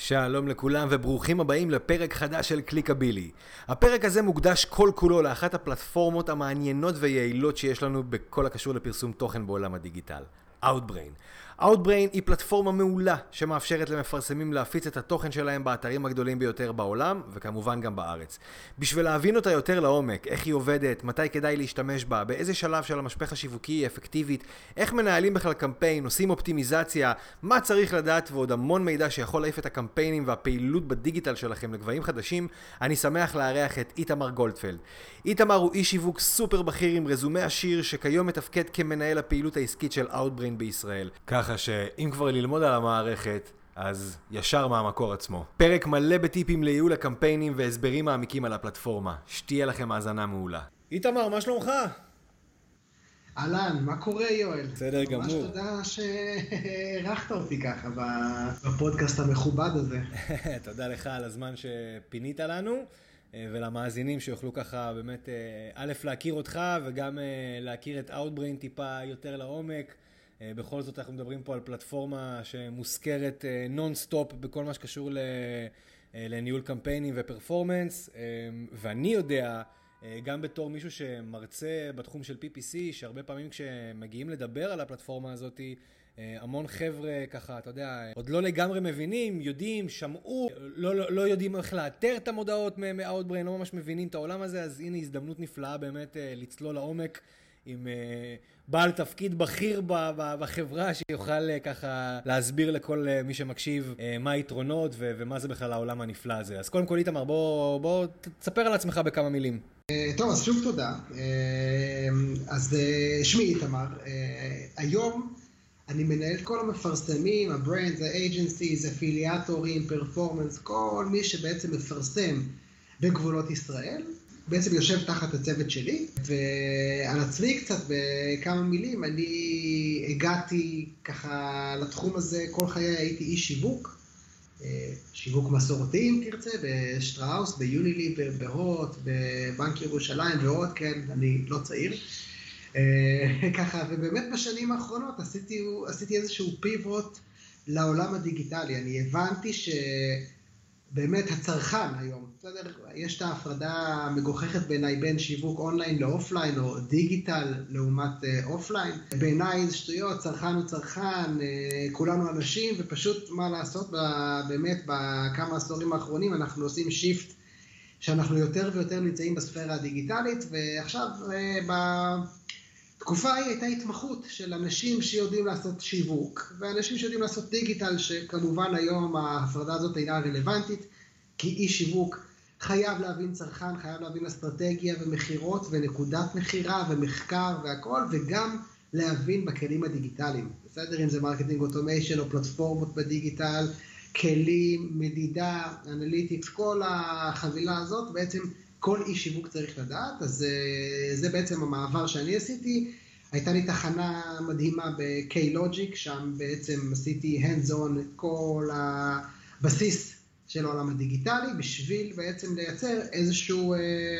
שלום לכולם וברוכים הבאים לפרק חדש של קליקבילי. הפרק הזה מוקדש כל כולו לאחת הפלטפורמות המעניינות ויעילות שיש לנו בכל הקשור לפרסום תוכן בעולם הדיגיטל. Outbrain. Outbrain היא פלטפורמה מעולה שמאפשרת למפרסמים להפיץ את התוכן שלהם באתרים הגדולים ביותר בעולם וכמובן גם בארץ. בשביל להבין אותה יותר לעומק, איך היא עובדת, מתי כדאי להשתמש בה, באיזה שלב של המשפך השיווקי היא אפקטיבית, איך מנהלים בכלל קמפיין, עושים אופטימיזציה, מה צריך לדעת ועוד המון מידע שיכול להעיף את הקמפיינים והפעילות בדיגיטל שלכם לגבהים חדשים, אני שמח לארח את איתמר גולדפלד. איתמר הוא איש שיווק סופר בכיר עם רזומה עשיר שכיום מתפקד כמנהל הפעילות העסקית של Outbrain בישראל. ככה שאם כבר ללמוד על המערכת, אז ישר מהמקור עצמו. פרק מלא בטיפים לייעול הקמפיינים והסברים מעמיקים על הפלטפורמה. שתהיה לכם האזנה מעולה. איתמר, מה שלומך? אהלן, מה קורה יואל? בסדר גמור. ממש תודה שהערכת אותי ככה בפודקאסט המכובד הזה. תודה לך על הזמן שפינית לנו, ולמאזינים שיוכלו ככה באמת א' להכיר אותך וגם להכיר את Outbrain טיפה יותר לעומק. בכל זאת אנחנו מדברים פה על פלטפורמה שמוזכרת נון-סטופ בכל מה שקשור לניהול קמפיינים ופרפורמנס, ואני יודע, גם בתור מישהו שמרצה בתחום של PPC, שהרבה פעמים כשמגיעים לדבר על הפלטפורמה הזאת, המון חבר'ה ככה, אתה יודע, עוד לא לגמרי מבינים, יודעים, שמעו, לא יודעים איך לאתר את המודעות מ-Outbrain, לא ממש מבינים את העולם הזה, אז הנה הזדמנות נפלאה באמת לצלול לעומק עם בעל תפקיד בכיר בחברה שיוכל ככה להסביר לכל מי שמקשיב מה היתרונות ומה זה בכלל העולם הנפלא הזה. אז קודם כל איתמר, בוא תספר על עצמך בכמה מילים. טוב, אז שוב תודה. אז שמי איתמר. היום אני מנהל כל המפרסמים, הברנדס, האג'נסיז, אפיליאטורים, פרפורמנס, כל מי שבעצם מפרסם בגבולות ישראל. בעצם יושב תחת הצוות שלי, ועל עצמי קצת בכמה מילים, אני הגעתי ככה לתחום הזה, כל חיי הייתי איש שיווק, שיווק מסורתי אם תרצה, בשטראוס, ביוניליבר, בהוט, בבנק ירושלים ועוד, כן, אני לא צעיר. ככה, ובאמת בשנים האחרונות עשיתי איזשהו פיבוט לעולם הדיגיטלי, אני הבנתי באמת הצרכן היום, בסדר? יש את ההפרדה המגוחכת בעיניי בין שיווק אונליין לאופליין או דיגיטל לעומת אופליין. בעיניי זה שטויות, צרכן הוא צרכן, כולנו אנשים ופשוט מה לעשות באמת בכמה עשורים האחרונים אנחנו עושים שיפט שאנחנו יותר ויותר נמצאים בספירה הדיגיטלית ועכשיו בתקופה היא הייתה התמחות של אנשים שיודעים לעשות שיווק, ואנשים שיודעים לעשות דיגיטל, שכמובן היום ההפרדה הזאת אינה רלוונטית, כי איש שיווק חייב להבין צרכן, חייב להבין אסטרטגיה ומחירות ונקודת מחירה ומחקר והכל, וגם להבין בכלים הדיגיטליים. בסדר, אם זה מרקטינג אוטומיישן או פלטפורמות בדיגיטל, כלים, מדידה, אנליטיקס, כל החבילה הזאת בעצם כל איש שיווק צריך לדעת, אז זה בעצם המעבר שאני עשיתי. הייתה לי תחנה מדהימה ב-K-Logic, שם בעצם עשיתי hands-on את כל הבסיס של העולם הדיגיטלי, בשביל בעצם לייצר איזשהו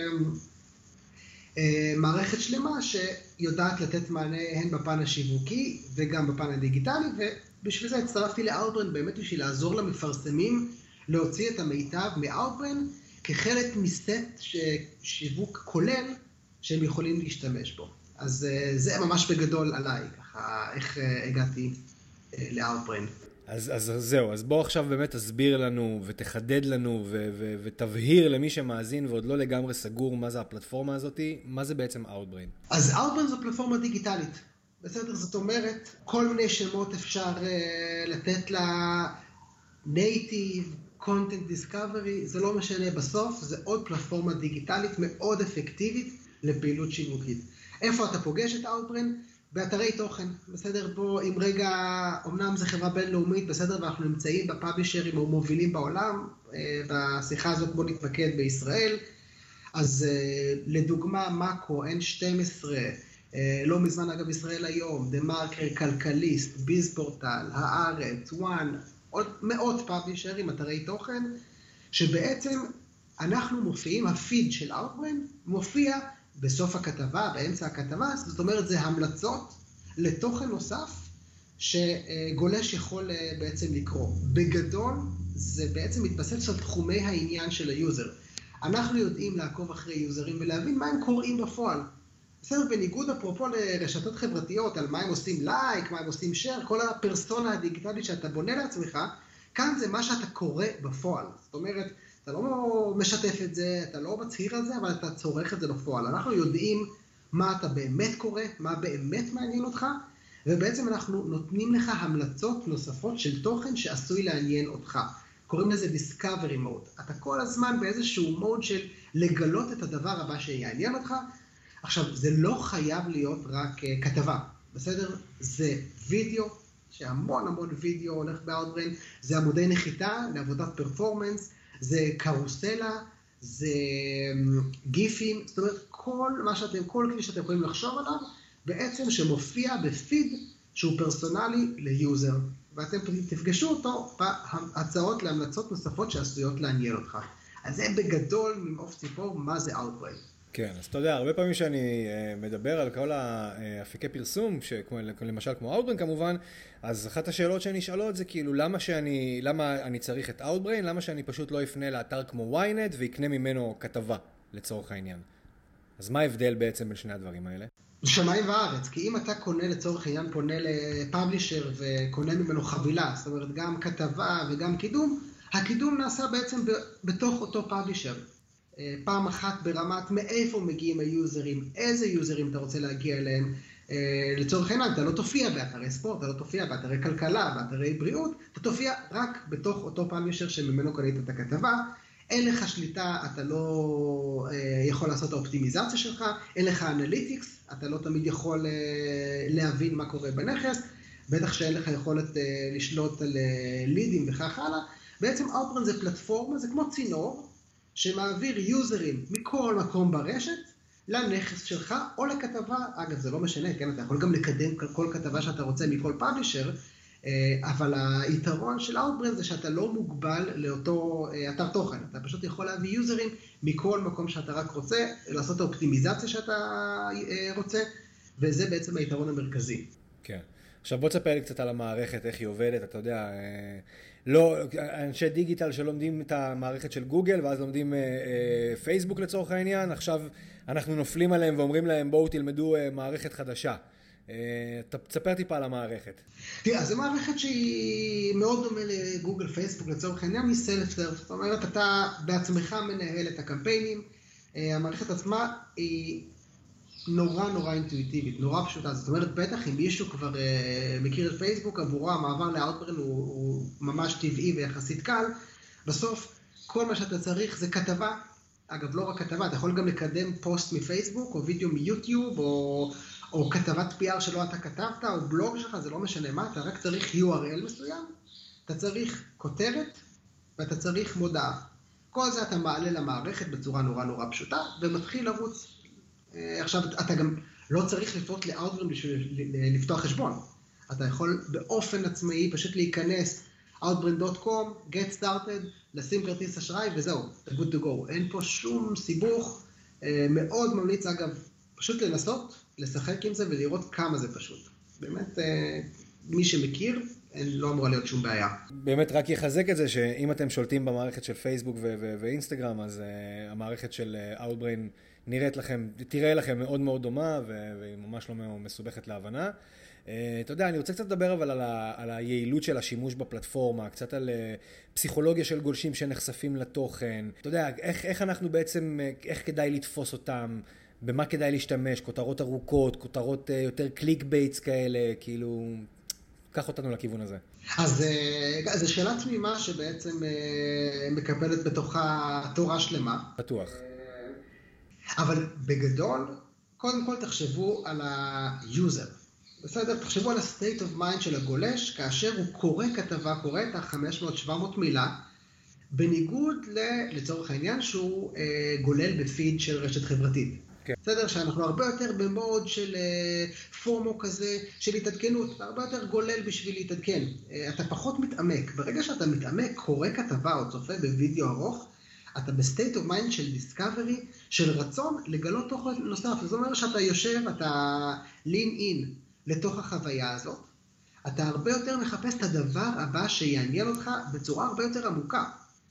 מערכת שלמה שיודעת לתת מענה הן בפן השיווקי וגם בפן הדיגיטלי, ובשביל זה הצטרפתי ל-Outbrain, באמת בשביל לעזור למפרסמים להוציא את המיטב מ-Outbrain, כחלק מסט שיווק כולל שהם יכולים להשתמש בו. אז זה ממש בגדול עליי, ככה איך הגעתי ל-Outbrain. אז זהו, אז בוא עכשיו באמת תסביר לנו ותחדד לנו ותבהיר למי שמאזין ועוד לא לגמרי סגור מה זה הפלטפורמה הזאת, מה זה בעצם Outbrain. אז Outbrain זו פלטפורמה דיגיטלית. בסדר, זאת אומרת, כל מיני שמות אפשר לתת לה native, content discovery, זה לא משנה בסוף, זה עוד פלטפורמה דיגיטלית מאוד אפקטיבית לפעילות שיווקית. איפה אתה פוגש את Outbrain? באתרי תוכן, בסדר? פה אם רגע, אמנם זה חברה בינלאומית, בסדר? ואנחנו נמצאים בפאבלישרים או מובילים בעולם, בשיחה הזאת בוא נתמקד בישראל, אז לדוגמה מאקו, N12, לא מזמן אגב ישראל היום, דה מרקר, כלכליסט, ביז פורטל, הארץ, וואן, עוד מאות פאבלישרים, אתרי תוכן, שבעצם אנחנו מופיעים, הפיד של Outbrain מופיע בסוף הכתבה, באמצע הכתבה, זאת אומרת זה המלצות לתוכן נוסף שגולש יכול בעצם לקרוא. בגדול, זה בעצם מתבסס על תחומי העניין של היוזר. אנחנו יודעים לעקוב אחרי יוזרים ולהבין מה הם קוראים בפועל. בסדר, בניגוד אפרופו לרשתות חברתיות, על מה הם עושים לייק, מה הם עושים share, כל הפרסונה הדיגיטלית שאתה בונה לעצמך, כאן זה מה שאתה קורא בפועל. זאת אומרת, אתה לא משתף את זה, אתה לא מצהיר על זה, אבל אתה צורך את זה בפועל. אנחנו יודעים מה אתה באמת קורא, מה באמת מעניין אותך, ובעצם אנחנו נותנים לך המלצות נוספות של תוכן שעשוי לעניין אותך. קוראים לזה Discovery Mode. אתה כל הזמן באיזשהו מוד של לגלות את הדבר הבא שיעניין אותך. עכשיו, זה לא חייב להיות רק כתבה, בסדר? זה וידאו, שהמון המון וידאו הולך ב-Outbrain, זה עמודי נחיתה לעבודת פרפורמנס, זה קרוסלה, זה גיפים, זאת אומרת, כל כלי שאתם יכולים לחשוב עליו, בעצם שמופיע בפיד שהוא פרסונלי ליוזר, ואתם תפגשו אותו בהצעות להמלצות נוספות שעשויות לעניין אותך. אז זה בגדול ממעוף ציפור מה זה Outbrain. כן, אז אתה יודע, הרבה פעמים שאני מדבר על כל האפיקי פרסום, למשל כמו Outbrain כמובן, אז אחת השאלות שנשאלות זה כאילו, למה אני צריך את Outbrain? למה שאני פשוט לא אפנה לאתר כמו ynet ויקנה ממנו כתבה, לצורך העניין? אז מה ההבדל בעצם בין שני הדברים האלה? שמיים וארץ, כי אם אתה קונה לצורך העניין, פונה לפאבלישר וקונה ממנו חבילה, זאת אומרת גם כתבה וגם קידום, הקידום נעשה בעצם בתוך אותו פאבלישר. פעם אחת ברמת מאיפה מגיעים היוזרים, איזה יוזרים אתה רוצה להגיע אליהם. לצורך העניין, אתה לא תופיע באתרי ספורט, אתה לא תופיע באתרי כלכלה, באתרי בריאות, אתה תופיע רק בתוך אותו פאבלישר שממנו קנית את הכתבה. אין לך שליטה, אתה לא יכול לעשות את האופטימיזציה שלך, אין לך אנליטיקס, אתה לא תמיד יכול להבין מה קורה בנכס, בטח שאין לך יכולת לשלוט על לידים וכך הלאה. בעצם Outbrain זה פלטפורמה, זה כמו צינור, שמעביר יוזרים מכל מקום ברשת לנכס שלך או לכתבה. אגב, זה לא משנה, כן? אתה יכול גם לקדם כל כתבה שאתה רוצה מכל פאבלישר, אבל היתרון של Outbrain זה שאתה לא מוגבל לאותו אתר תוכן. אתה פשוט יכול להביא יוזרים מכל מקום שאתה רק רוצה, לעשות את האופטימיזציה שאתה רוצה, וזה בעצם היתרון המרכזי. כן. עכשיו בוא תספר לי קצת על המערכת, איך היא עובדת, אתה יודע, לא, אנשי דיגיטל שלומדים את המערכת של גוגל, ואז לומדים פייסבוק לצורך העניין, עכשיו אנחנו נופלים עליהם ואומרים להם, בואו תלמדו מערכת חדשה. תספר טיפה על המערכת. תראה, אז זו מערכת שהיא מאוד דומה לגוגל פייסבוק לצורך העניין, היא סלף-סרף, זאת אומרת, אתה בעצמך מנהל את הקמפיינים, המערכת עצמה היא נורא אינטואיטיבית, נורא פשוטה, זאת אומרת, בטח אם מישהו כבר מכיר את פייסבוק, עבורו המעבר ל-Outbrain הוא ממש טבעי ויחסית קל. בסוף, כל מה שאתה צריך זה כתבה, אגב, לא רק כתבה, אתה יכול גם לקדם פוסט מפייסבוק, או וידאו מיוטיוב, או כתבת PR שלא אתה כתבת, או בלוג שלך, זה לא משנה מה, אתה רק צריך URL מסוים, אתה צריך כותרת, ואתה צריך מודעה. כל זה אתה מעלה למערכת בצורה נורא פשוטה, ומתחיל לרוץ. עכשיו, אתה גם לא צריך לפנות ל-Outbrain בשביל לפתוח חשבון. אתה יכול באופן עצמאי פשוט להיכנס outbrain.com, get started, לשים כרטיס אשראי וזהו, אתה good to go. אין פה שום סיבוך, מאוד ממליץ אגב, פשוט לנסות, לשחק עם זה ולראות כמה זה פשוט. באמת, מי שמכיר, לא אמורה להיות שום בעיה. באמת רק יחזק את זה שאם אתם שולטים במערכת של פייסבוק ואינסטגרם, אז המערכת של Outbrain תראה לכם מאוד דומה, והיא ממש לא מסובכת להבנה. אתה יודע, אני רוצה קצת לדבר אבל על היעילות של השימוש בפלטפורמה, קצת על פסיכולוגיה של גולשים שנחשפים לתוכן. אתה יודע, איך אנחנו בעצם, איך כדאי לתפוס אותם, במה כדאי להשתמש, כותרות ארוכות, כותרות יותר קליק בייטס כאלה, כאילו, קח אותנו לכיוון הזה. אז זו שאלה תמימה שבעצם מקבלת בתוכה תורה שלמה. בטוח. אבל בגדול, קודם כל תחשבו על היוזר. בסדר? תחשבו על ה-state of mind של הגולש, כאשר הוא קורא כתבה, קורא את ה-500-700 מילה, בניגוד לצורך העניין שהוא גולל בפיד של רשת חברתית. כן. בסדר? שאנחנו הרבה יותר במוד של פורמו כזה, של התעדכנות, אתה הרבה יותר גולל בשביל להתעדכן. אתה פחות מתעמק. ברגע שאתה מתעמק, קורא כתבה או צופה בווידאו ארוך, אתה בסטייט אוף מיינד של דיסקאברי, של רצון לגלות תוכן נוסף. זאת אומרת שאתה יושב, אתה lean in לתוך החוויה הזאת, אתה הרבה יותר מחפש את הדבר הבא שיעניין אותך בצורה הרבה יותר עמוקה.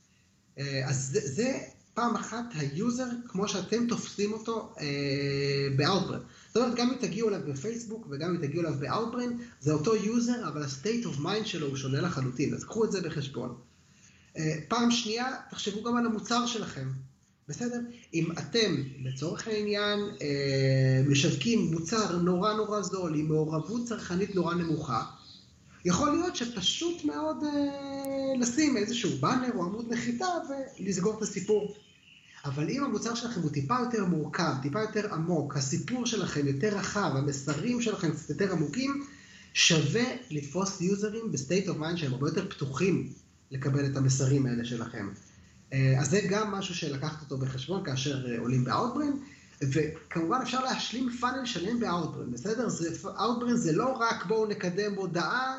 אז זה פעם אחת היוזר כמו שאתם תופסים אותו ב-Outbrain. זאת אומרת, גם אם תגיעו אליו בפייסבוק וגם אם תגיעו אליו ב-Outbrain, זה אותו יוזר, אבל ה-state of mind שלו הוא שונה לחלוטין, אז קחו את זה בחשבון. פעם שנייה, תחשבו גם על המוצר שלכם, בסדר? אם אתם, לצורך העניין, משווקים מוצר נורא נורא זול, עם מעורבות צרכנית נורא נמוכה, יכול להיות שפשוט מאוד לשים איזשהו באנר או עמוד נחיתה ולסגור את הסיפור. אבל אם המוצר שלכם הוא טיפה יותר מורכב, טיפה יותר עמוק, הסיפור שלכם יותר רחב, המסרים שלכם קצת יותר עמוקים, שווה לתפוס יוזרים בסטייט אוף מיינד שהם הרבה יותר פתוחים לקבל את המסרים האלה שלכם. אז זה גם משהו שלקחת אותו בחשבון כאשר עולים ב-Outbrain, וכמובן אפשר להשלים פאנל שלם ב-Outbrain, בסדר? Outbrain זה לא רק בואו נקדם הודעה,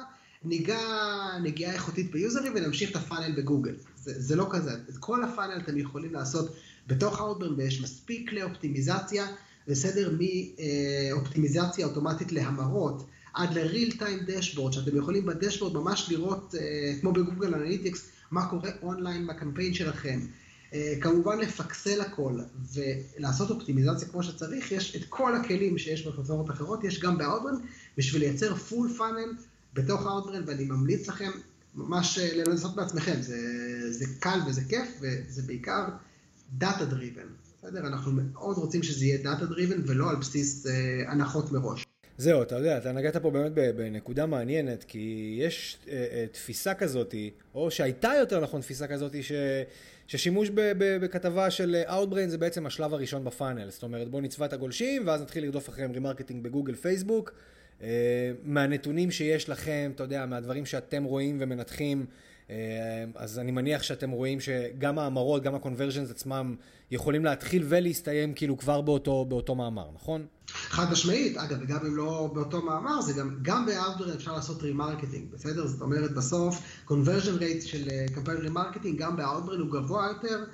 נגיעה איכותית ביוזרים ונמשיך את הפאנל בגוגל. זה לא כזה. את כל הפאנל אתם יכולים לעשות בתוך Outbrain, ויש מספיק לאופטימיזציה, בסדר? מאופטימיזציה אוטומטית להמרות, עד ל-real time dashboard, שאתם יכולים בדשבורד ממש לראות, כמו בגוגל אנליטיקס, מה קורה אונליין בקמפיין שלכם. כמובן לפקסל הכל ולעשות אופטימיזציה כמו שצריך, יש את כל הכלים שיש בפלטפורמות אחרות, יש גם ב-Outbrain, בשביל לייצר פול פאנל בתוך Outbrain, ואני ממליץ לכם ממש לנסות בעצמכם, זה קל וזה כיף, וזה בעיקר דאטה דריבן, בסדר? אנחנו מאוד רוצים שזה יהיה דאטה דריבן, ולא על בסיס הנחות מראש. זהו, אתה יודע, אתה נגעת פה באמת בנקודה מעניינת, כי יש תפיסה כזאת, או שהייתה יותר נכון תפיסה כזאת, ששימוש בכתבה של Outbrain זה בעצם השלב הראשון בפאנל. זאת אומרת, בוא נצבע את הגולשים, ואז נתחיל לרדוף אחריהם רימרקטינג בגוגל, פייסבוק. מהנתונים שיש לכם, אתה יודע, מהדברים שאתם רואים ומנתחים, אז אני מניח שאתם רואים שגם האמרות, גם הקונברז'נס עצמם יכולים להתחיל ולהסתיים כאילו כבר באותו מאמר, נכון? חד משמעית, אגב, וגם אם לא באותו מאמר, זה גם ב-Outbrain אפשר לעשות רימרקטינג, בסדר? זאת אומרת, בסוף, conversion rate של קמפיין רימרקטינג, גם ב-Outbrain הוא גבוה יותר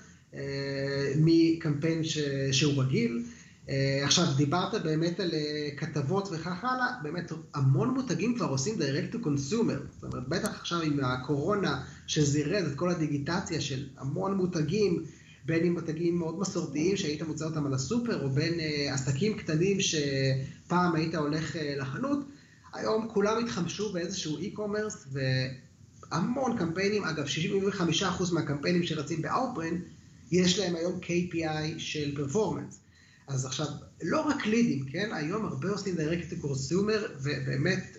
מקמפיין שהוא רגיל. עכשיו, דיברת באמת על כתבות וכך הלאה, באמת המון מותגים כבר עושים direct to consumer, זאת אומרת, בטח עכשיו עם הקורונה שזירז את כל הדיגיטציה של המון מותגים, בין אם מותגים מאוד מסורתיים שהיית מוצא אותם על הסופר, או בין עסקים קטנים שפעם היית הולך לחנות, היום כולם התחמשו באיזשהו e-commerce, והמון קמפיינים, אגב 75% מהקמפיינים שרצים ב-Outbrain, יש להם היום KPI של performance. אז עכשיו, לא רק לידים, כן? היום הרבה עושים direct to consumer, ובאמת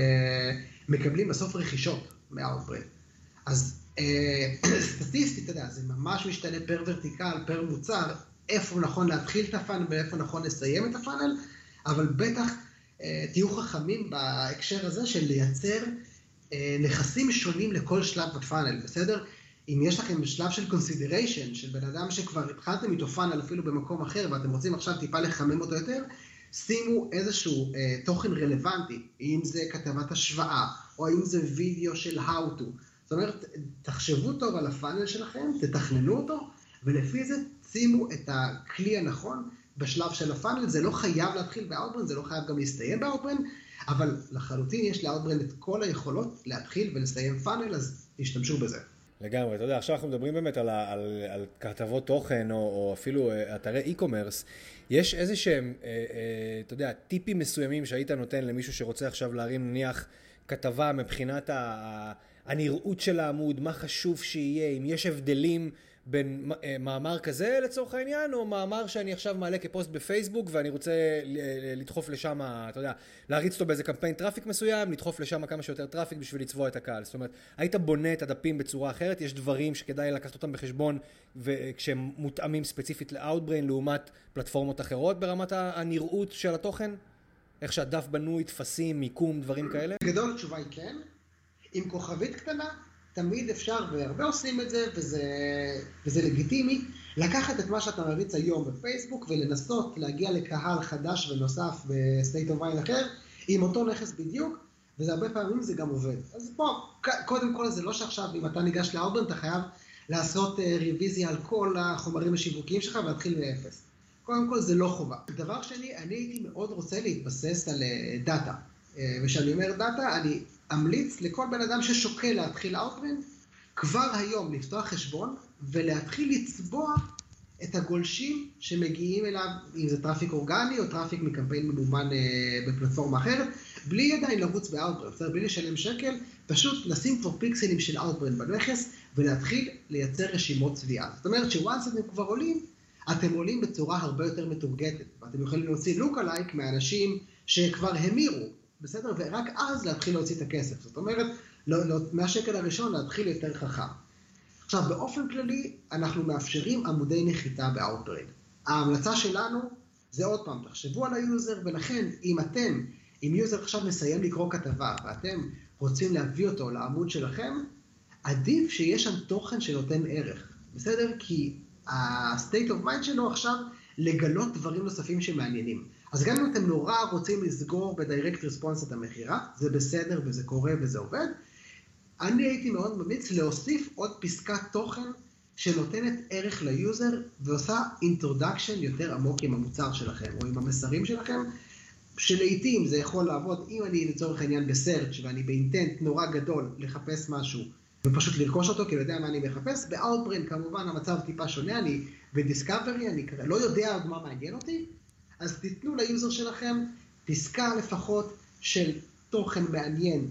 מקבלים בסוף רכישות מה-Outbrain. אז סטטיסטית, אתה יודע, זה ממש משתנה פר ורטיקל, פר מוצר, איפה נכון להתחיל את הפאנל ואיפה נכון לסיים את הפאנל, אבל בטח תהיו חכמים בהקשר הזה של לייצר נכסים שונים לכל שלב בפאנל, בסדר? אם יש לכם שלב של consideration, של בן אדם שכבר התחלתם איתו פאנל אפילו במקום אחר, ואתם רוצים עכשיו טיפה לחמם אותו יותר, שימו איזשהו תוכן רלוונטי, אם זה כתבת השוואה, או אם זה וידאו של how to. זאת אומרת, תחשבו טוב על הפאנל שלכם, תתכננו אותו, ולפי זה שימו את הכלי הנכון בשלב של הפאנל. זה לא חייב להתחיל ב-Outbrain, זה לא חייב גם להסתיים ב-Outbrain, אבל לחלוטין יש ל-Outbrain את כל היכולות להתחיל ולסיים פאנל, אז תשתמשו בזה. לגמרי, אתה יודע, עכשיו אנחנו מדברים באמת על כתבות תוכן, או אפילו אתרי e-commerce. יש איזה שהם, אתה יודע, טיפים מסוימים שהיית נותן למישהו שרוצה עכשיו להרים נניח כתבה מבחינת הנראות של העמוד, מה חשוב שיהיה, אם יש הבדלים בין מאמר כזה לצורך העניין, או מאמר שאני עכשיו מעלה כפוסט בפייסבוק, ואני רוצה לדחוף לשם, אתה יודע, להריץ אותו באיזה קמפיין טראפיק מסוים, לדחוף לשם כמה שיותר טראפיק בשביל לצבוע את הקהל. זאת אומרת, היית בונה את הדפים בצורה אחרת, יש דברים שכדאי לקחת אותם בחשבון, וכשהם מותאמים ספציפית ל-Outbrain, לעומת פלטפורמות אחרות ברמת הנראות של התוכן? איך שהדף בנוי, תפסים, מיקום, דברים כאלה? בגדול התשובה היא כן. עם כוכבית קטנה, תמיד אפשר, והרבה עושים את זה, וזה לגיטימי, לקחת את מה שאתה מריץ היום בפייסבוק, ולנסות להגיע לקהל חדש ונוסף בסטייט אוף מיינד אחר, עם אותו נכס בדיוק, וזה הרבה פעמים זה גם עובד. אז פה, קודם כל זה לא שעכשיו, אם אתה ניגש ל-Outbrain, אתה חייב לעשות רוויזיה על כל החומרים השיווקיים שלך, ולהתחיל מאפס. קודם כל זה לא חובה. דבר שני, אני הייתי מאוד רוצה להתבסס על דאטה. ושאני אומר דאטה, אני אמליץ לכל בן אדם ששוקל להתחיל Outbrain, כבר היום לפתוח חשבון ולהתחיל לצבוע את הגולשים שמגיעים אליו, אם זה טראפיק אורגני או טראפיק מקמפיין ממומן בפלטפורמה אחרת, בלי עדיין לרוץ ב-Outbrain, בלי לשלם שקל, פשוט לשים כבר פיקסלים של Outbrain בנכס ולהתחיל לייצר רשימות צביעה. זאת אומרת שוואנס אתם כבר עולים, אתם עולים בצורה הרבה יותר מתורגטת, ואתם יכולים להוציא לוק-אלייק מאנשים שכבר המירו, בסדר? ורק אז להתחיל להוציא את הכסף. זאת אומרת, מהשקל הראשון להתחיל יותר חכם. עכשיו, באופן כללי, אנחנו מאפשרים עמודי נחיתה ב-Outbrain. ההמלצה שלנו זה עוד פעם, תחשבו על היוזר, ולכן אם יוזר עכשיו מסיים לקרוא כתבה, ואתם רוצים להביא אותו לעמוד שלכם, עדיף שיש שם תוכן שנותן ערך. בסדר? כי ה-state of mind שלו עכשיו לגלות דברים נוספים שמעניינים. אז גם אם אתם נורא רוצים לסגור ב-direct response את המחירה, זה בסדר וזה קורה וזה עובד, אני הייתי מאוד ממליץ להוסיף עוד פסקת תוכן שנותנת ערך ליוזר ועושה introduction יותר עמוק עם המוצר שלכם או עם המסרים שלכם, שלעיתים זה יכול לעבוד, אם אני לצורך העניין בסרצ' ואני באינטנט נורא גדול לחפש משהו ופשוט לרכוש אותו כי אני יודע מה אני מחפש, ב-Outbrain כמובן המצב טיפה שונה, אני בדיסקאברי, אני לא יודע עוד מה מעניין אותי, אז תיתנו ליוזר שלכם פסקה לפחות של תוכן מעניין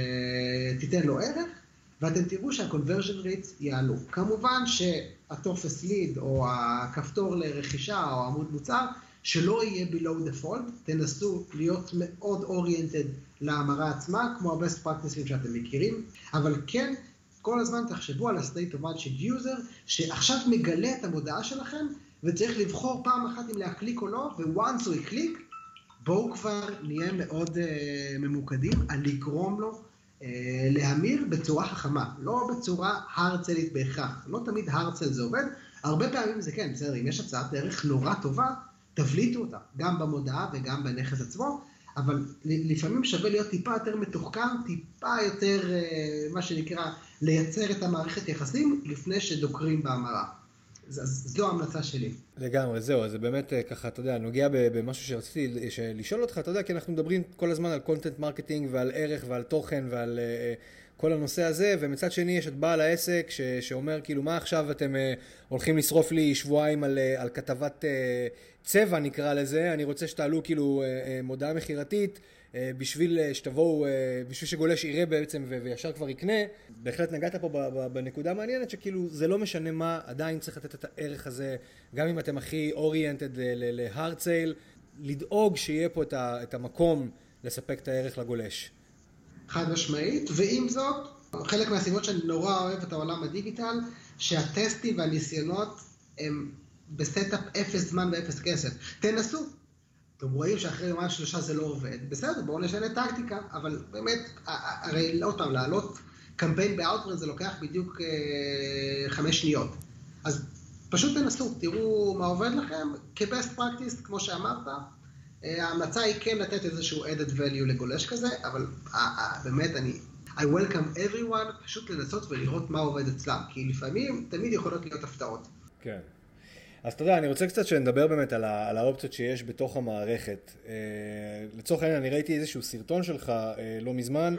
שתיתן לו ערך, ואתם תראו שה-conversion rates יעלו. כמובן שהטופס ליד או הכפתור לרכישה או עמוד מוצר, שלא יהיה below default, תנסו להיות מאוד oriented להמרה עצמה, כמו ה-best practices שאתם מכירים, אבל כן, כל הזמן תחשבו על ה-state of mind של user, שעכשיו מגלה את המודעה שלכם, וצריך לבחור פעם אחת אם להקליק או לא, ו-once הוא יקליק, בואו כבר נהיה מאוד ממוקדים על לגרום לו להמיר בצורה חכמה, לא בצורה הרצלית בהכרח. לא תמיד הרצל זה עובד, הרבה פעמים זה כן, בסדר, אם יש הצעת דרך נורא טובה, תבליטו אותה, גם במודעה וגם בנכס עצמו, אבל לפעמים שווה להיות טיפה יותר מתוחכם, טיפה יותר, מה שנקרא, לייצר את המערכת יחסים לפני שדוקרים בהמרה. זו ההמלצה שלי. לגמרי, זהו, אז זה באמת ככה, אתה יודע, נוגע במשהו שרציתי לשאול אותך, אתה יודע, כי אנחנו מדברים כל הזמן על קונטנט מרקטינג ועל ערך ועל תוכן ועל כל הנושא הזה, ומצד שני יש את בעל העסק שאומר, כאילו, מה עכשיו אתם הולכים לשרוף לי שבועיים על כתבת צבע, נקרא לזה, אני רוצה שתעלו כאילו מודעה מחירתית, בשביל שתבואו, בשביל שגולש יראה בעצם וישר כבר יקנה. בהחלט נגעת פה בנקודה מעניינת שכאילו זה לא משנה מה, עדיין צריך לתת את הערך הזה, גם אם אתם הכי אוריינטד להארד סייל, לדאוג שיהיה פה את המקום לספק את הערך לגולש. חד משמעית, ועם זאת, חלק מהסיבות שאני נורא אוהב את העולם הדיגיטל, שהטסטים והניסיונות הם בסטאפ אפס זמן ואפס כסף. תנסו. אתם רואים שאחרי יומיים שלושה זה לא עובד, בסדר, בואו נשנה טקטיקה, אבל באמת, הרי לא אותם, לעלות קמפיין ב-Outbrain זה לוקח בדיוק 5 שניות. אז פשוט תנסו, תראו מה עובד לכם, כ-best practice, כמו שאמרת, ההמלצה היא כן לתת איזשהו added value לגולש כזה, אבל באמת I welcome everyone, פשוט לנסות ולראות מה עובד אצלם, כי לפעמים תמיד יכולות להיות הפתעות. כן. אז אתה יודע, אני רוצה קצת שנדבר באמת על האופציות שיש בתוך המערכת. לצורך העניין, אני ראיתי איזשהו סרטון שלך לא מזמן,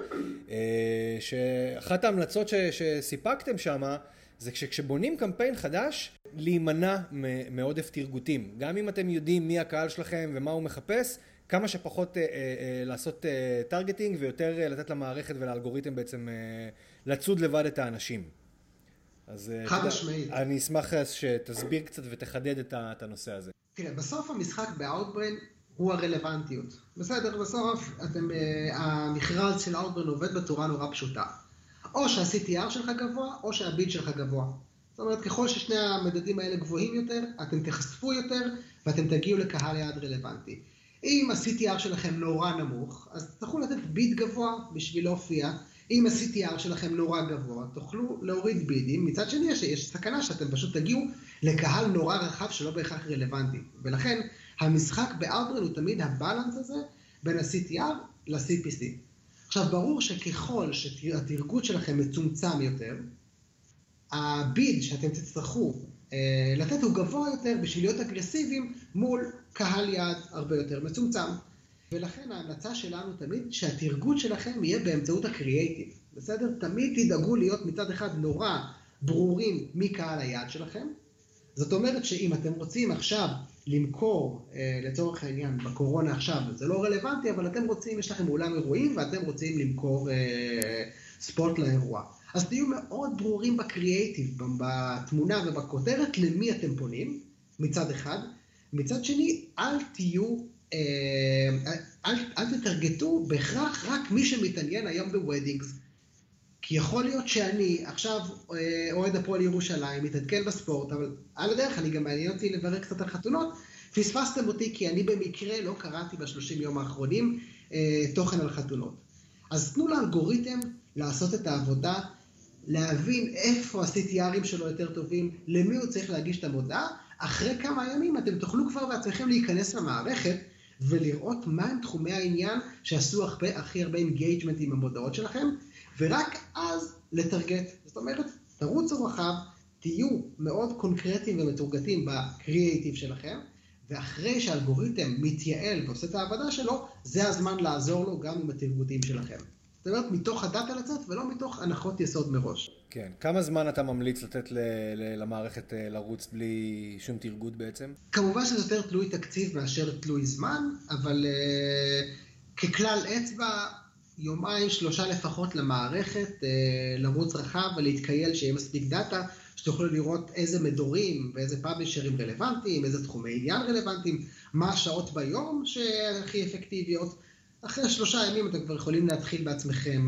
שאחת ההמלצות שסיפקתם שם, זה כשבונים קמפיין חדש, להימנע מעודף תרגותים. גם אם אתם יודעים מי הקהל שלכם ומה הוא מחפש, כמה שפחות לעשות טרגטינג ויותר לתת למערכת ולאלגוריתם בעצם לצוד לבד את האנשים. אז אני אשמח שתסביר קצת ותחדד את הנושא הזה. תראה, בסוף המשחק ב-Outbrain הוא הרלוונטיות. בסדר, בסוף המכרז של Outbrain עובד בצורה נורא פשוטה. או שה-CTR שלך גבוה, או שהביד שלך גבוה. זאת אומרת, ככל ששני המדדים האלה גבוהים יותר, אתם תחשפו יותר, ואתם תגיעו לקהל יעד רלוונטי. אם ה-CTR שלכם נורא נמוך, אז תוכלו לתת ביד גבוה בשביל להופיע. אם ה-CTR שלכם נורא גבוה, תוכלו להוריד בידים. מצד שני, יש סכנה שאתם פשוט תגיעו לקהל נורא רחב שלא בהכרח רלוונטי. ולכן, המשחק ב-Outbrain הוא תמיד הבלנס הזה בין ה-CTR ל-CPC. עכשיו, ברור שככל שהתרגות שלכם מצומצם יותר, הביד שאתם תצטרכו לתת הוא גבוה יותר בשביל להיות אגרסיביים מול קהל יעד הרבה יותר מצומצם. ולכן ההמלצה שלנו תמיד שהתרגות שלכם יהיה באמצעות הקריאייטיב, בסדר? תמיד תדאגו להיות מצד אחד נורא ברורים מי קהל היעד שלכם. זאת אומרת שאם אתם רוצים עכשיו למכור, לצורך העניין, בקורונה עכשיו, זה לא רלוונטי, אבל אתם רוצים, יש לכם אולם אירועים ואתם רוצים למכור ספורט לאירוע. אז תהיו מאוד ברורים בקריאייטיב, בתמונה ובכותרת למי אתם פונים, מצד אחד. מצד שני, אל תתרגטו בהכרח רק מי שמתעניין היום בוודינגס. כי יכול להיות שאני עכשיו אוהד הפועל ירושלים, מתעדכן בספורט, אבל על הדרך אני גם מעניין אותי לברר קצת על חתונות. פספסתם אותי כי אני במקרה לא קראתי ב30 יום האחרונים תוכן על חתונות. אז תנו לאלגוריתם לעשות את העבודה, להבין איפה ה-CTR'ים שלו יותר טובים, למי הוא צריך להגיש את המודעה. אחרי כמה ימים אתם תוכלו כבר בעצמכם להיכנס למערכת ולראות מהם תחומי העניין שעשו הכי הרבה אינגייג'מנט עם המודעות שלכם, ורק אז לטרגט. זאת אומרת, תרוצו רחב, תהיו מאוד קונקרטיים ומתורגתים בקריאייטיב שלכם, ואחרי שהאלגוריתם מתייעל ועושה את העבודה שלו, זה הזמן לעזור לו גם עם התרגותים שלכם. זאת אומרת, מתוך הדאטה לצאת ולא מתוך הנחות יסוד מראש. כן. כמה זמן אתה ממליץ לתת למערכת לרוץ בלי שום תרגות בעצם? כמובן שזה יותר תלוי תקציב מאשר תלוי זמן, אבל ככלל אצבע, יומיים, 3 לפחות למערכת, לרוץ רחב ולהתקייל שיהיה מספיק דאטה, שתוכלו לראות איזה מדורים ואיזה פאבלישרים רלוונטיים, איזה תחומי עניין רלוונטיים, מה השעות ביום שהכי אפקטיביות. אחרי 3 ימים אתם כבר יכולים להתחיל בעצמכם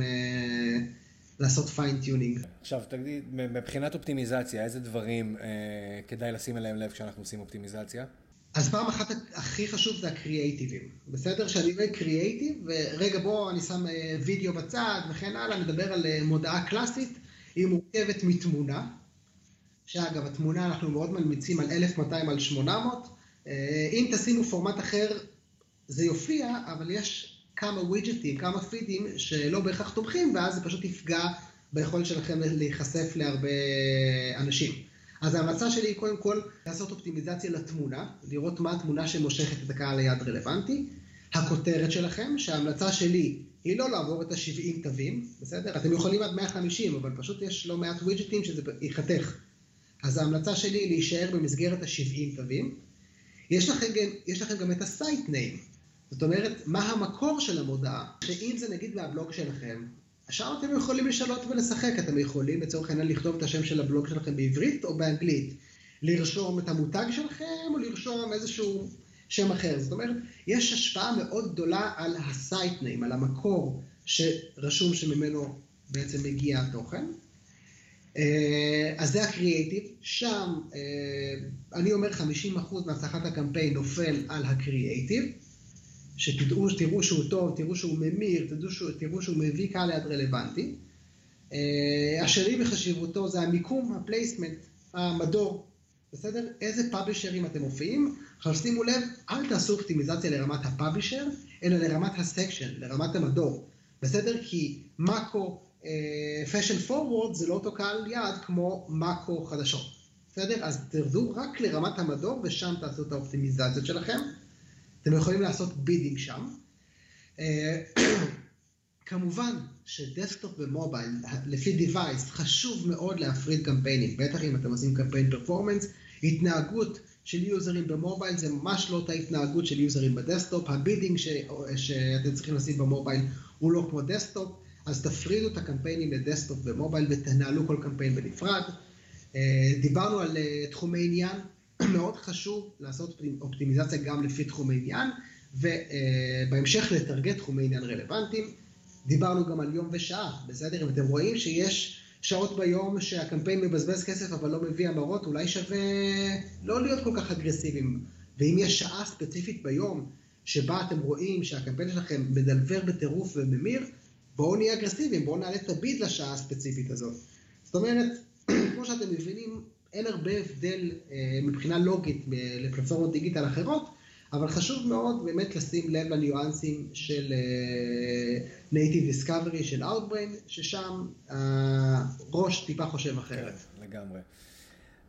לעשות פיין-טיונינג. עכשיו, תגיד, מבחינת אופטימיזציה, איזה דברים כדאי לשים אליהם לב כשאנחנו עושים אופטימיזציה? אז פעם אחת הכי חשוב זה הקריאייטיבים. בסדר? שאני אומר קריאייטיב, ורגע בוא אני שם וידאו בצד וכן הלאה, נדבר על מודעה קלאסית, היא מורכבת מתמונה, שאגב, התמונה אנחנו מאוד ממליצים על 1200 על 800, אם תשימו פורמט אחר זה יופיע, אבל יש כמה ווידג'טים, כמה פידים שלא בהכרח תומכים, ואז זה פשוט יפגע ביכולת שלכם להיחשף להרבה אנשים. אז ההמלצה שלי היא קודם כל לעשות אופטימיזציה לתמונה, לראות מה התמונה שמושכת את הקהל ליעד רלוונטי, הכותרת שלכם, שההמלצה שלי היא לא לעבור את ה-70 תווים, בסדר? אתם יכולים עד 150, אבל פשוט יש לא מעט ווידג'טים שזה ייחתך. אז ההמלצה שלי היא להישאר במסגרת ה-70 תווים. יש לכם גם את ה-site name. זאת אומרת, מה המקור של המודעה? שאם זה נגיד מהבלוג שלכם, עכשיו אתם יכולים לשאלות ולשחק, אתם יכולים לצורך העניין לכתוב את השם של הבלוג שלכם בעברית או באנגלית, לרשום את המותג שלכם או לרשום איזשהו שם אחר. זאת אומרת, יש השפעה מאוד גדולה על ה-site name, על המקור שרשום שממנו בעצם מגיע התוכן. אז זה הקריאייטיב, שם אני אומר 50% מהצלחת הקמפיין נופל על הקריאייטיב, שתראו שהוא טוב, תראו שהוא ממיר, תראו שהוא מביא קהל ליעד רלוונטי. השני בחשיבותו זה המיקום, הפלייסמנט, המדור, בסדר? איזה פאבלישרים אתם מופיעים? עכשיו שימו לב, אל תעשו אופטימיזציה לרמת הפאבלישר, אלא לרמת הסקשן, לרמת המדור, בסדר? כי מאקו, פאשן פורוורד זה לא אותו קהל יעד כמו מאקו חדשות, בסדר? אז תרדו רק לרמת המדור ושם תעשו את האופטימיזציות שלכם. אתם יכולים לעשות בידינג שם. כמובן שדסקטופ ומובייל, לפי דיווייס, חשוב מאוד להפריד קמפיינים, בטח אם אתם עושים קמפיין פרפורמנס, התנהגות של יוזרים במובייל זה ממש לא אותה התנהגות של יוזרים בדסקטופ, הבידינג שאתם צריכים לשים במובייל הוא לא כמו דסקטופ, אז תפרידו את הקמפיינים לדסקטופ ומובייל ותנהלו כל קמפיין בנפרד. דיברנו על תחומי עניין, מאוד חשוב לעשות אופטימיזציה גם לפי תחומי עניין, ובהמשך לטרגט תחומי עניין רלוונטיים. דיברנו גם על יום ושעה, בסדר? אם אתם רואים שיש שעות ביום שהקמפיין מבזבז כסף אבל לא מביא המרות, אולי שווה לא להיות כל כך אגרסיביים. ואם יש שעה ספציפית ביום שבה אתם רואים שהקמפיין שלכם מדלבר בטירוף וממיר, בואו נהיה אגרסיביים, בואו נעלה את הביד לשעה הספציפית הזאת. זאת אומרת, כמו שאתם מבינים, אין הרבה הבדל מבחינה לוגית לפלטפורמות דיגיטל אחרות, אבל חשוב מאוד באמת לשים לב לניואנסים של Native Discovery של Outbrain, ששם הראש טיפה חושב אחרת. כן, לגמרי.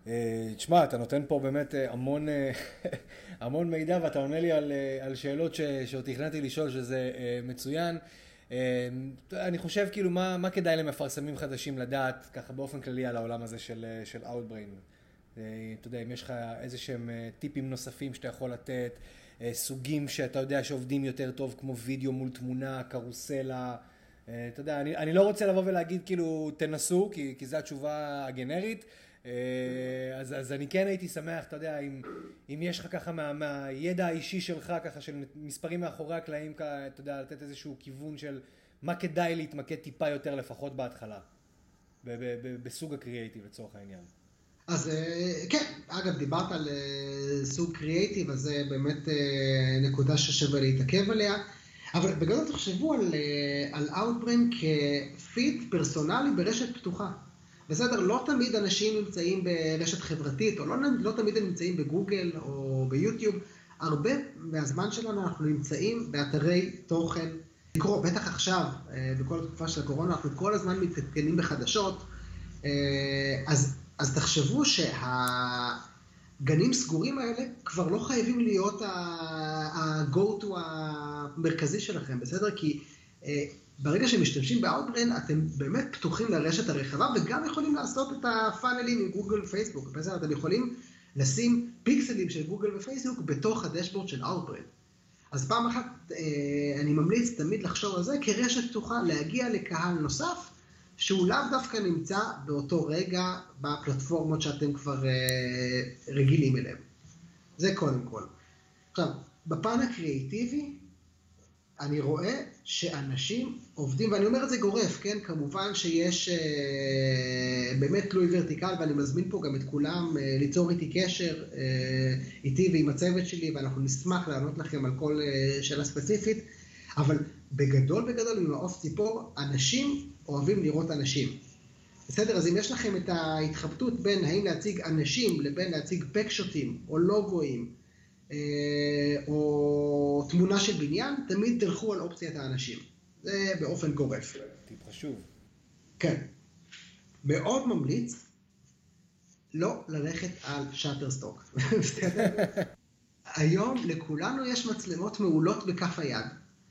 תשמע, אתה נותן פה באמת המון מידע, ואתה עונה לי על שאלות שעוד תכננתי לשאול, שזה מצוין. אני חושב כאילו מה כדאי למפרסמים חדשים לדעת, ככה באופן כללי על העולם הזה של Outbrain. אתה יודע, אם יש לך איזה שהם טיפים נוספים שאתה יכול לתת, סוגים שאתה יודע שעובדים יותר טוב, כמו וידאו מול תמונה, קרוסלה. אתה יודע, אני לא רוצה לבוא ולהגיד כאילו תנסו, כי זו התשובה הגנרית. אז אני כן הייתי שמח, אתה יודע, אם יש לך ככה מהידע האישי שלך, ככה של מספרים מאחורי הקלעים, אתה יודע, לתת איזשהו כיוון של מה כדאי להתמקד טיפה יותר לפחות בהתחלה, בסוג הקריאייטיב לצורך העניין. אז כן, אגב, דיברת על סוג קריאייטיב, אז זה באמת נקודה ששווה להתעכב עליה, אבל בגדול תחשבו על Outbrain כפיד פרסונלי ברשת פתוחה. בסדר, לא תמיד אנשים נמצאים ברשת חברתית, או לא תמיד הם נמצאים בגוגל או ביוטיוב. הרבה מהזמן שלנו אנחנו נמצאים באתרי תוכן. לקרוא, בטח עכשיו, בכל התקופה של הקורונה, אנחנו כל הזמן מתעדכנים בחדשות. אז תחשבו שהגנים סגורים האלה כבר לא חייבים להיות ה-go-to המרכזי שלכם, בסדר? כי ברגע שמשתמשים ב-Outbrain, אתם באמת פתוחים לרשת הרחבה, וגם יכולים לעשות את הפאנלים עם גוגל ופייסבוק. בסדר, אתם יכולים לשים פיקסלים של גוגל ופייסבוק בתוך הדשבורד של Outbrain. אז פעם אחת אני ממליץ תמיד לחשוב על זה כרשת פתוחה, להגיע לקהל נוסף, שהוא לאו דווקא נמצא באותו רגע בפלטפורמות שאתם כבר רגילים אליהם. זה קודם כל. עכשיו, בפן הקריאיטיבי, אני רואה שאנשים עובדים, ואני אומר את זה גורף, כן? כמובן שיש באמת תלוי ורטיקל, ואני מזמין פה גם את כולם ליצור איתי קשר איתי ועם הצוות שלי, ואנחנו נשמח לענות לכם על כל שאלה ספציפית, אבל בגדול, עם העוף ציפור, אנשים אוהבים לראות אנשים. בסדר? אז אם יש לכם את ההתחבטות בין האם להציג אנשים לבין להציג פקשוטים או לוגויים, או תמונה של בניין, תמיד תלכו על אופציית האנשים. זה באופן גורף. טיפ חשוב. כן. מאוד ממליץ לא ללכת על שטרסטוק. בסדר? היום לכולנו יש מצלמות מעולות בכף היד,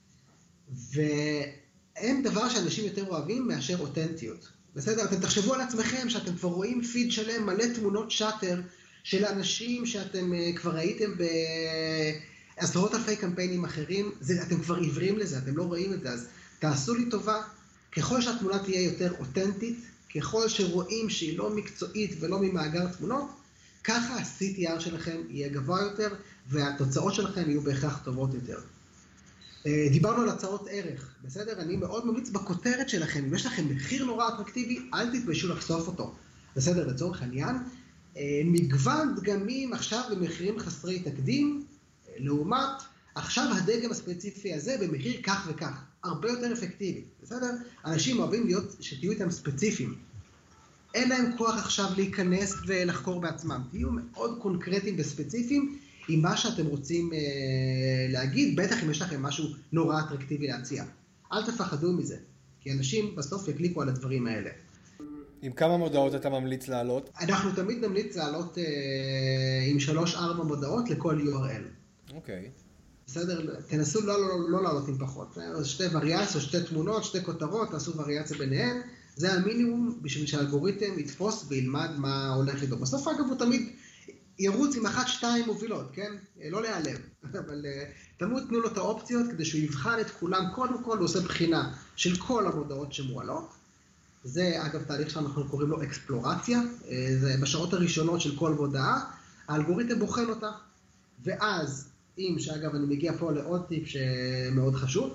ואין דבר שאנשים יותר אוהבים מאשר אותנטיות. בסדר? אתם תחשבו על עצמכם שאתם כבר רואים פיד שלם מלא תמונות שטר, של אנשים שאתם כבר ראיתם בעשרות אלפי קמפיינים אחרים, אתם כבר עיוורים לזה, אתם לא רואים את זה, אז תעשו לי טובה, ככל שהתמונה תהיה יותר אותנטית, ככל שרואים שהיא לא מקצועית ולא ממאגר תמונות, ככה ה-CTR שלכם יהיה גבוה יותר, והתוצאות שלכם יהיו בהכרח טובות יותר. דיברנו על הצעות ערך, בסדר? אני מאוד ממליץ בכותרת שלכם, אם יש לכם מחיר נורא אטרקטיבי, אל תתביישו לחשוף אותו. בסדר, לצורך העניין, מגוון דגמים עכשיו במחירים חסרי תקדים, לעומת עכשיו הדגם הספציפי הזה במחיר כך וכך, הרבה יותר אפקטיבי, בסדר? אנשים אוהבים שתהיו איתם ספציפיים. אין להם כוח עכשיו להיכנס ולחקור בעצמם. תהיו מאוד קונקרטיים וספציפיים עם מה שאתם רוצים להגיד, בטח אם יש לכם משהו נורא אטרקטיבי להציע. אל תפחדו מזה, כי אנשים בסוף יקליקו על הדברים האלה. עם כמה מודעות אתה ממליץ לעלות? אנחנו תמיד נמליץ לעלות עם 3-4 מודעות לכל URL. אוקיי. בסדר? תנסו לא לעלות עם פחות. שתי וריאציות, שתי תמונות, שתי כותרות, תעשו וריאציה ביניהן. זה המינימום בשביל שהאלגוריתם יתפוס וילמד מה הולך איתו. בסוף אגב הוא תמיד ירוץ עם 1-2 מובילות, כן? לא להיעלב. אבל תמיד תנו לו את האופציות כדי שהוא יבחן את כולם. קודם כל הוא עושה בחינה של כל המודעות שמועלות. זה אגב תהליך שאנחנו קוראים לו אקספלורציה, זה בשעות הראשונות של כל מודעה, האלגוריתם בוחן אותה, ואז, שאגב אני מגיע פה לעוד טיפ שמאוד חשוב,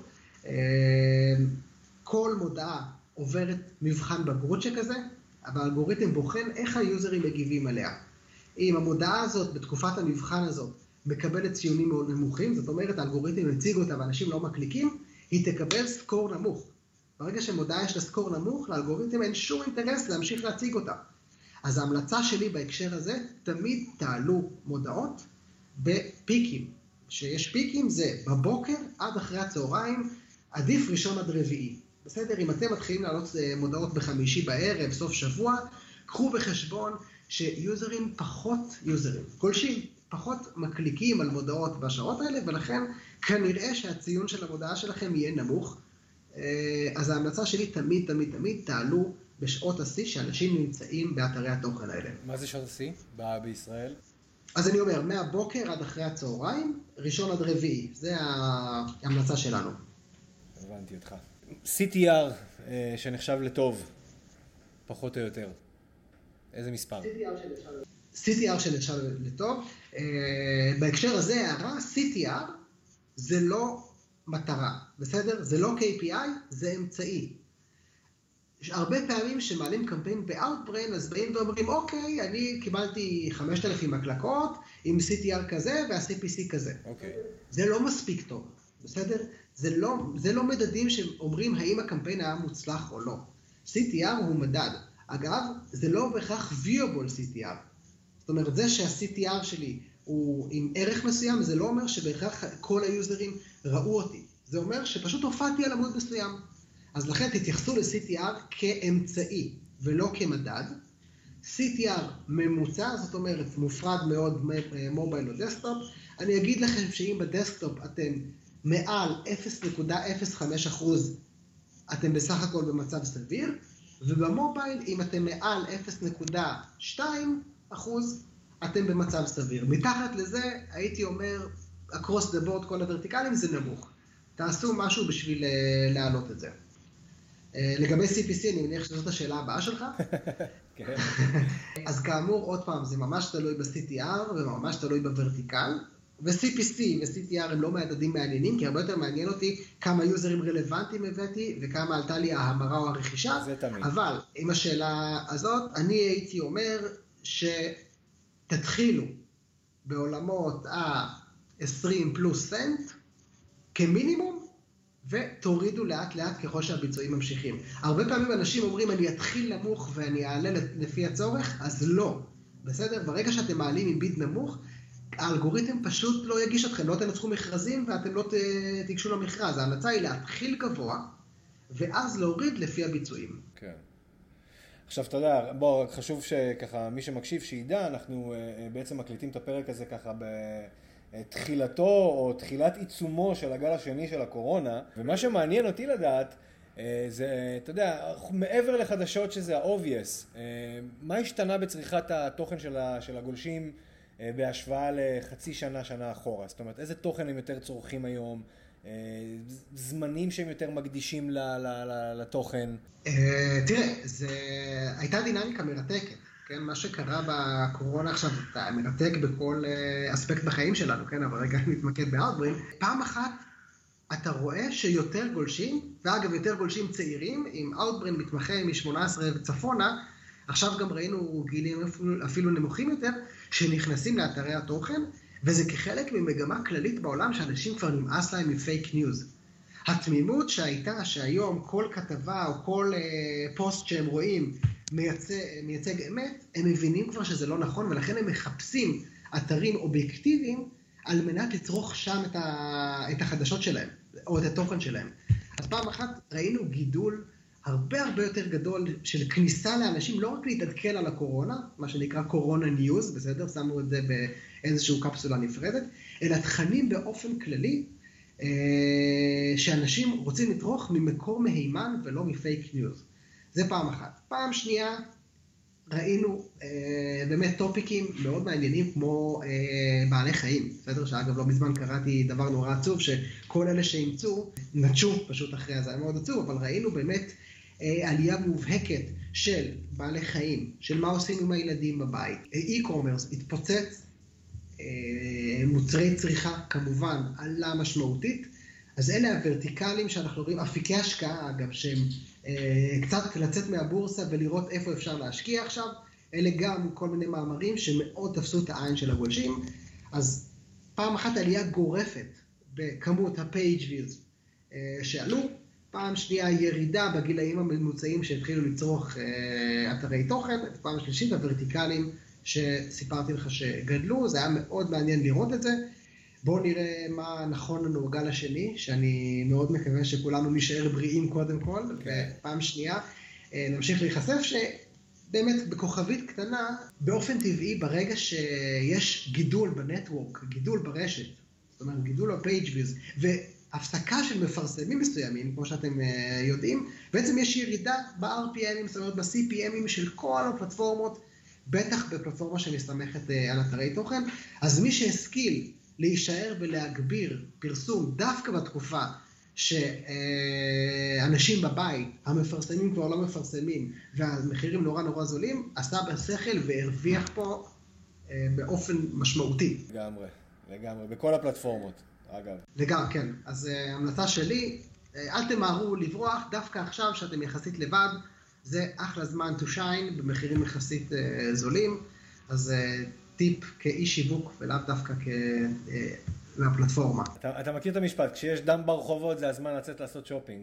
כל מודעה עוברת מבחן בגרות שכזה, אבל האלגוריתם בוחן איך היוזרים מגיבים עליה. אם המודעה הזאת, בתקופת המבחן הזאת, מקבלת ציונים מאוד נמוכים, זאת אומרת האלגוריתם יציג אותה ואנשים לא מקליקים, היא תקבל סקור נמוך. ברגע שמודעה יש לה סקור נמוך, לאלגוריתם אין שום אינטרס להמשיך להציג אותה. אז ההמלצה שלי בהקשר הזה, תמיד תעלו מודעות בפיקים. שיש פיקים זה בבוקר עד אחרי הצהריים, עדיף ראשון עד רביעי. בסדר, אם אתם מתחילים לעלות מודעות בחמישי בערב, סוף שבוע, קחו בחשבון שיוזרים גולשים, פחות מקליקים על מודעות בשעות האלה, ולכן כנראה שהציון של המודעה שלכם יהיה נמוך. אז ההמלצה שלי תמיד תעלו בשעות השיא שאנשים נמצאים באתרי התוכן האלה. מה זה שעות השיא בישראל? אז אני אומר, מהבוקר עד אחרי הצהריים, ראשון עד רביעי, זה ההמלצה שלנו. הבנתי אותך. CTR שנחשב לטוב, פחות או יותר. איזה מספר? CTR שנחשב לטוב. בהקשר הזה, הערה, CTR זה לא מטרה, בסדר? זה לא KPI, זה אמצעי. הרבה פעמים שמעלים קמפיין ב-Outbrain, אז באים ואומרים, אוקיי, אני קיבלתי 5,000 הקלקות עם CTR כזה וה-CPC כזה. אוקיי. זה לא מספיק טוב, בסדר? זה לא מדדים שאומרים האם הקמפיין היה מוצלח או לא. CTR הוא מדד. אגב, זה לא בהכרח viewable CTR. זאת אומרת, זה שה-CTR שלי הוא עם ערך מסוים, זה לא אומר שבהכרח כל היוזרים ראו אותי. זה אומר שפשוט הופעתי על עמוד מסוים. אז לכן תתייחסו ל-CTR כאמצעי ולא כמדד. CTR ממוצע, זאת אומרת מופרד מאוד מובייל או דסקטופ. אני אגיד לכם שאם בדסקטופ אתם מעל 0.05%, אתם בסך הכל במצב סביר, ובמובייל אם אתם מעל 0.2%, אתם במצב סביר. מתחת לזה הייתי אומר, across the board כל הוורטיקלים זה נמוך. תעשו משהו בשביל להעלות את זה. לגבי CPC, אני מניח שזאת השאלה הבאה שלך. כן. אז כאמור, עוד פעם, זה ממש תלוי ב-CTR וממש תלוי בוורטיקל. ו-CPC ו-CTR הם לא מדדים מעניינים, כי הרבה יותר מעניין אותי כמה יוזרים רלוונטיים הבאתי וכמה עלתה לי ההמרה או הרכישה. זה תמיד. אבל עם השאלה הזאת, אני הייתי אומר שתתחילו בעולמות ה-20 פלוס סנט כמינימום, ותורידו לאט לאט ככל שהביצועים ממשיכים. הרבה פעמים אנשים אומרים, אני אתחיל נמוך ואני אעלה לפי הצורך, אז לא. בסדר? ברגע שאתם מעלים עם ביד נמוך, האלגוריתם פשוט לא יגיש אתכם, לא תנצחו מכרזים ואתם לא תיגשו למכרז. ההמלצה היא להתחיל גבוה, ואז להוריד לפי הביצועים. כן. עכשיו, אתה יודע, בוא, חשוב שככה, מי שמקשיב שידע, אנחנו בעצם מקליטים את הפרק הזה ככה בתחילתו או תחילת עיצומו של הגל השני של הקורונה, ומה שמעניין אותי לדעת, זה, אתה יודע, מעבר לחדשות שזה ה-obvious, מה השתנה בצריכת התוכן של הגולשים בהשוואה לחצי שנה, שנה אחורה? זאת אומרת, איזה תוכן הם יותר צורכים היום? זמנים שהם יותר מקדישים לתוכן? תראה, הייתה דינמיקה מרתקת, כן? מה שקרה בקורונה עכשיו, אתה מרתק בכל אספקט בחיים שלנו, כן? אבל רגע נתמקד ב-Outbrain. פעם אחת אתה רואה שיותר גולשים, ואגב יותר גולשים צעירים, עם Outbrain מתמחה מ-18 וצפונה, עכשיו גם ראינו גילים אפילו נמוכים יותר, שנכנסים לאתרי התוכן, וזה כחלק ממגמה כללית בעולם שאנשים כבר נמאס להם מפייק ניוז. התמימות שהייתה שהיום כל כתבה או כל פוסט שהם רואים מייצג אמת, הם מבינים כבר שזה לא נכון, ולכן הם מחפשים אתרים אובייקטיביים על מנת לצרוך שם את החדשות שלהם, או את התוכן שלהם. אז פעם אחת ראינו גידול הרבה יותר גדול של כניסה לאנשים, לא רק להתעדכן על הקורונה, מה שנקרא קורונה ניוז, בסדר? שמו את זה באיזשהו קפסולה נפרדת, אלא תכנים באופן כללי, שאנשים רוצים לתרוך ממקור מהימן ולא מפייק ניוז. זה פעם אחת. פעם שנייה, ראינו באמת טופיקים מאוד מעניינים כמו בעלי חיים, בסדר? שאגב לא מזמן קראתי דבר נורא עצוב, שכל אלה שאימצו נטשו פשוט אחרי זה, היה מאוד עצוב, אבל ראינו באמת עלייה מובהקת של בעלי חיים, של מה עושים עם הילדים בבית. e-commerce התפוצץ, מוצרי צריכה כמובן עלה משמעותית, אז אלה הוורטיקלים שאנחנו רואים, אפיקי השקעה אגב, שהם קצת לצאת מהבורסה ולראות איפה אפשר להשקיע עכשיו, אלה גם כל מיני מאמרים שמאוד תפסו את העין של הגולשים, אז פעם אחת עלייה גורפת בכמות ה-page views שעלו, פעם שנייה ירידה בגילאים הממוצעים שהתחילו לצרוך אתרי תוכן, פעם שלישית הוורטיקלים שסיפרתי לך שגדלו, זה היה מאוד מעניין לראות את זה. בואו נראה מה נכון לנו בגל השני, שאני מאוד מקווה שכולנו נשאר בריאים קודם כל, ופעם שנייה נמשיך להיחשף באמת בכוכבית קטנה, באופן טבעי ברגע שיש גידול בנטוורק, גידול ברשת, זאת אומרת גידול ב-page views, והפסקה של מפרסמים מסוימים, כמו שאתם יודעים, בעצם יש ירידה ב-RPMים, זאת אומרת ב-CPMים של כל הפלטפורמות, בטח בפלטפורמה שמסתמכת על אתרי תוכן, אז מי שהשכיל להישאר ולהגביר פרסום דווקא בתקופה שאנשים בבית, המפרסמים כבר לא מפרסמים, והמחירים נורא נורא זולים, עשה בשכל והרוויח פה באופן משמעותי. לגמרי, בכל הפלטפורמות, אגב. לגמרי, כן. אז המלצה שלי, אל תמהרו לברוח, דווקא עכשיו שאתם יחסית לבד, זה אחלה זמן to shine, במחירים יחסית זולים, אז טיפ כאיש שיווק ולאו דווקא מהפלטפורמה. אתה מכיר את המשפט, כשיש דם ברחובות זה הזמן לצאת לעשות שופינג.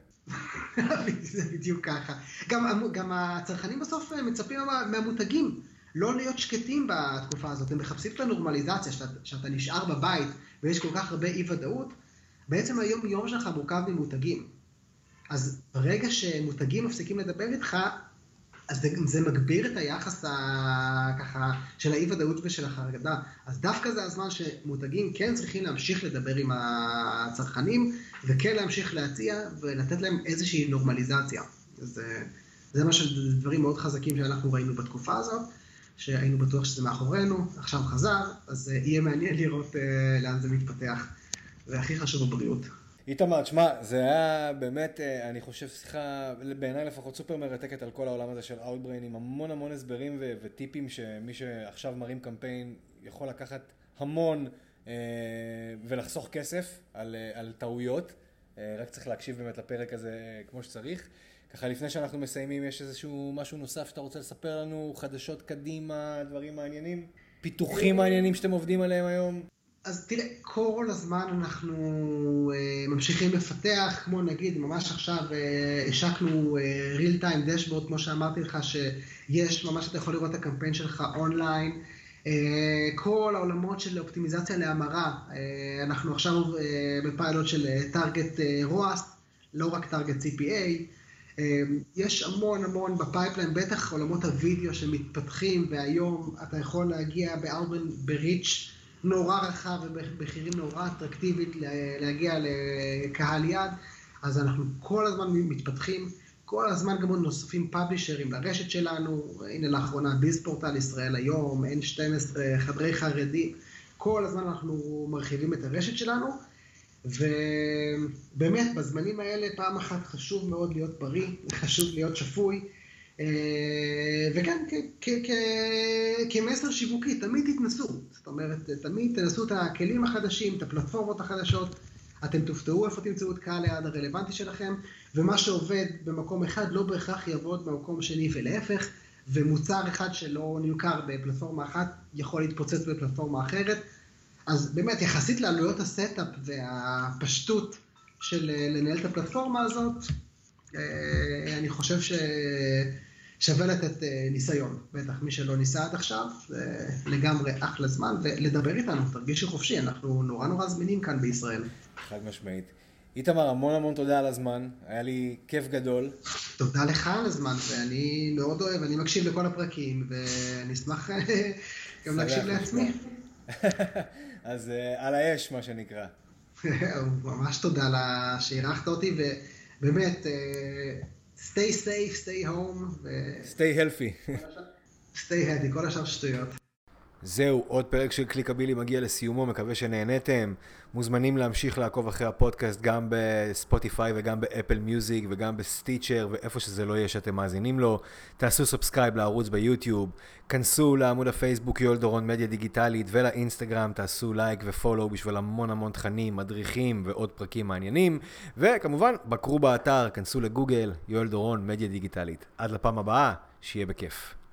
זה בדיוק ככה. גם הצרכנים בסוף מצפים מהמותגים לא להיות שקטים בתקופה הזאת. הם מחפשים את הנורמליזציה, שאתה נשאר בבית ויש כל כך הרבה אי ודאות. בעצם היום שלך מורכב ממותגים. אז ברגע שמותגים מפסיקים לדבר איתך, אז זה מגביר את היחס ככה של האי-ודאות ושל החרדה. אז דווקא זה הזמן שמותגים כן צריכים להמשיך לדבר עם הצרכנים, וכן להמשיך להציע ולתת להם איזושהי נורמליזציה. אז זה מה שדברים מאוד חזקים שאנחנו ראינו בתקופה הזאת, שהיינו בטוח שזה מאחורינו, עכשיו חזר, אז יהיה מעניין לראות לאן זה מתפתח, והכי חשוב בבריאות. איתמר, תשמע, זה היה באמת, אני חושב, שיחה, בעיניי לפחות סופר מרתקת על כל העולם הזה של Outbrain, עם המון הסברים וטיפים שמי שעכשיו מרים קמפיין יכול לקחת המון ולחסוך כסף על טעויות. רק צריך להקשיב באמת לפרק הזה כמו שצריך. ככה לפני שאנחנו מסיימים, יש איזשהו משהו נוסף שאתה רוצה לספר לנו, חדשות קדימה, דברים מעניינים, פיתוחים מעניינים שאתם עובדים עליהם היום? אז תראה, כל הזמן אנחנו ממשיכים לפתח, כמו נגיד, ממש עכשיו השקנו real time dashboard, כמו שאמרתי לך, שיש ממש אתה יכול לראות את הקמפיין שלך אונליין, כל העולמות של אופטימיזציה להמרה, אנחנו עכשיו בפיילוט של טארגט ROAS, לא רק טארגט CPA, יש המון בפייפליין, בטח עולמות הוידאו שמתפתחים, והיום אתה יכול להגיע בריץ' נורא רחב ובמחירים נורא אטרקטיבית להגיע לקהל יד, אז אנחנו כל הזמן מתפתחים, כל הזמן גם נוספים פאבלישרים לרשת שלנו, הנה לאחרונה ביזפורטל ישראל היום, N12, חדרי חרדים, כל הזמן אנחנו מרחיבים את הרשת שלנו, ובאמת בזמנים האלה פעם אחת חשוב מאוד להיות בריא, חשוב להיות שפוי, וכן, כמסר שיווקי, תמיד תתנסו, זאת אומרת, תמיד תנסו את הכלים החדשים, את הפלטפורמות החדשות, אתם תופתעו איפה תמצאו את קהל היעד הרלוונטי שלכם, ומה שעובד במקום אחד לא בהכרח יעבוד במקום שני ולהפך, ומוצר אחד שלא נמכר בפלטפורמה אחת יכול להתפוצץ בפלטפורמה אחרת, אז באמת יחסית לעלויות הסטאפ והפשטות של לנהל את הפלטפורמה הזאת, אני חושב ששווה לתת ניסיון, בטח מי שלא ניסה עד עכשיו, זה לגמרי אחלה זמן, ולדבר איתנו, תרגישו חופשי, אנחנו נורא זמינים כאן בישראל. חד משמעית. איתמר, המון תודה על הזמן, היה לי כיף גדול. תודה לך על הזמן, ואני מאוד אוהב, אני מקשיב לכל הפרקים, ואני אשמח גם להקשיב לעצמי. אז על האש, מה שנקרא. ממש תודה שהירחת אותי, ובאמת, stay safe, stay home. stay healthy. stay healthy, כל השאר שטויות. זהו, עוד פרק של קליקבילי מגיע לסיומו, מקווה שנהנתם. מוזמנים להמשיך לעקוב אחרי הפודקאסט גם בספוטיפיי וגם באפל מיוזיק וגם בסטיצ'ר ואיפה שזה לא יהיה שאתם מאזינים לו. תעשו סאבסקרייב לערוץ ביוטיוב, כנסו לעמוד הפייסבוק יואל דורון מדיה דיגיטלית ולאינסטגרם, תעשו לייק ופולו בשביל המון תכנים, מדריכים ועוד פרקים מעניינים. וכמובן, בקרו באתר, כנסו לגוגל, יואל דורון מדיה דיגיטלית. עד לפעם הבאה, שיהיה בכיף.